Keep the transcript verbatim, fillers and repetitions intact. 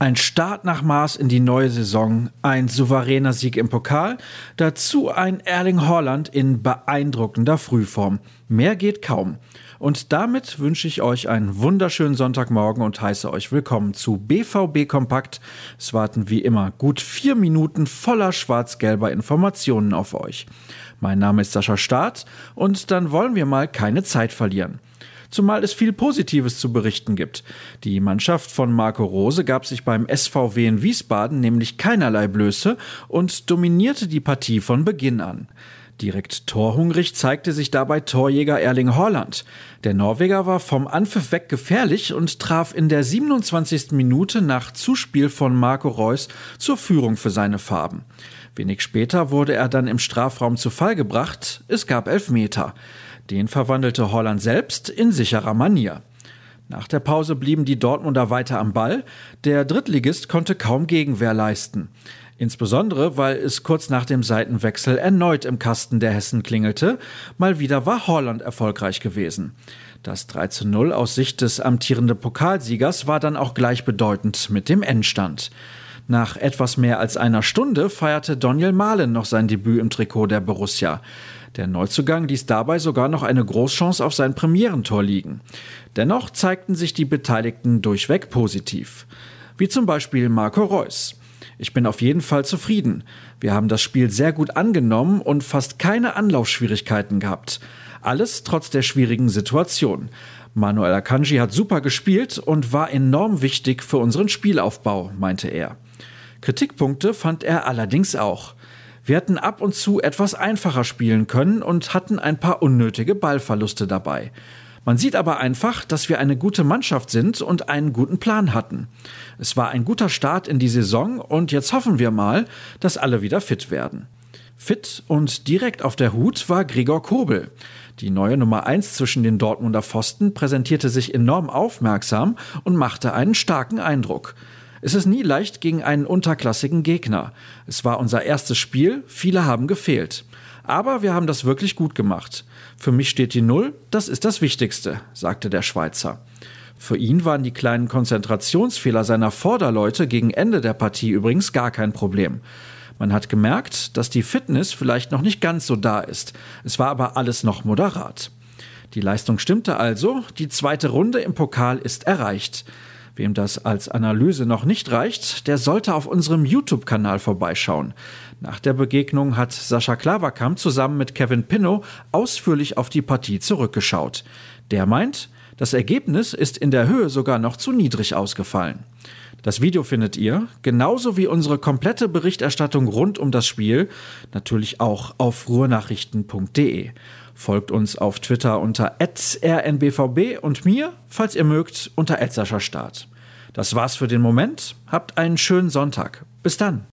Ein Start nach Maß in die neue Saison, ein souveräner Sieg im Pokal, dazu ein Erling Haaland in beeindruckender Frühform. Mehr geht kaum. Und damit wünsche ich euch einen wunderschönen Sonntagmorgen und heiße euch willkommen zu B V B Kompakt. Es warten wie immer gut vier Minuten voller schwarz-gelber Informationen auf euch. Mein Name ist Sascha Staat und dann wollen wir mal keine Zeit verlieren. Zumal es viel Positives zu berichten gibt. Die Mannschaft von Marco Rose gab sich beim S V W in Wiesbaden nämlich keinerlei Blöße und dominierte die Partie von Beginn an. Direkt torhungrig zeigte sich dabei Torjäger Erling Haaland. Der Norweger war vom Anpfiff weg gefährlich und traf in der siebenundzwanzigsten Minute nach Zuspiel von Marco Reus zur Führung für seine Farben. Wenig später wurde er dann im Strafraum zu Fall gebracht. Es gab Elfmeter. Den verwandelte Haaland selbst in sicherer Manier. Nach der Pause blieben die Dortmunder weiter am Ball. Der Drittligist konnte kaum Gegenwehr leisten. Insbesondere, weil es kurz nach dem Seitenwechsel erneut im Kasten der Hessen klingelte. Mal wieder war Haaland erfolgreich gewesen. Das drei zu null aus Sicht des amtierenden Pokalsiegers war dann auch gleichbedeutend mit dem Endstand. Nach etwas mehr als einer Stunde feierte Daniel Mahlen noch sein Debüt im Trikot der Borussia. Der Neuzugang ließ dabei sogar noch eine Großchance auf sein Premierentor liegen. Dennoch zeigten sich die Beteiligten durchweg positiv. Wie zum Beispiel Marco Reus. Ich bin auf jeden Fall zufrieden. Wir haben das Spiel sehr gut angenommen und fast keine Anlaufschwierigkeiten gehabt. Alles trotz der schwierigen Situation. Manuel Akanji hat super gespielt und war enorm wichtig für unseren Spielaufbau, meinte er. Kritikpunkte fand er allerdings auch. Wir hätten ab und zu etwas einfacher spielen können und hatten ein paar unnötige Ballverluste dabei. Man sieht aber einfach, dass wir eine gute Mannschaft sind und einen guten Plan hatten. Es war ein guter Start in die Saison und jetzt hoffen wir mal, dass alle wieder fit werden. Fit und direkt auf der Hut war Gregor Kobel. Die neue Nummer eins zwischen den Dortmunder Pfosten präsentierte sich enorm aufmerksam und machte einen starken Eindruck. Es ist nie leicht gegen einen unterklassigen Gegner. Es war unser erstes Spiel, viele haben gefehlt. Aber wir haben das wirklich gut gemacht. Für mich steht die Null, das ist das Wichtigste, sagte der Schweizer. Für ihn waren die kleinen Konzentrationsfehler seiner Vorderleute gegen Ende der Partie übrigens gar kein Problem. Man hat gemerkt, dass die Fitness vielleicht noch nicht ganz so da ist. Es war aber alles noch moderat. Die Leistung stimmte also, die zweite Runde im Pokal ist erreicht. Wem das als Analyse noch nicht reicht, der sollte auf unserem YouTube-Kanal vorbeischauen. Nach der Begegnung hat Sascha Klaverkamp zusammen mit Kevin Pinnow ausführlich auf die Partie zurückgeschaut. Der meint, das Ergebnis ist in der Höhe sogar noch zu niedrig ausgefallen. Das Video findet ihr, genauso wie unsere komplette Berichterstattung rund um das Spiel, natürlich auch auf ruhrnachrichten punkt de. Folgt uns auf Twitter unter at r n b v b und mir, falls ihr mögt, unter at sascha staat. Das war's für den Moment. Habt einen schönen Sonntag. Bis dann.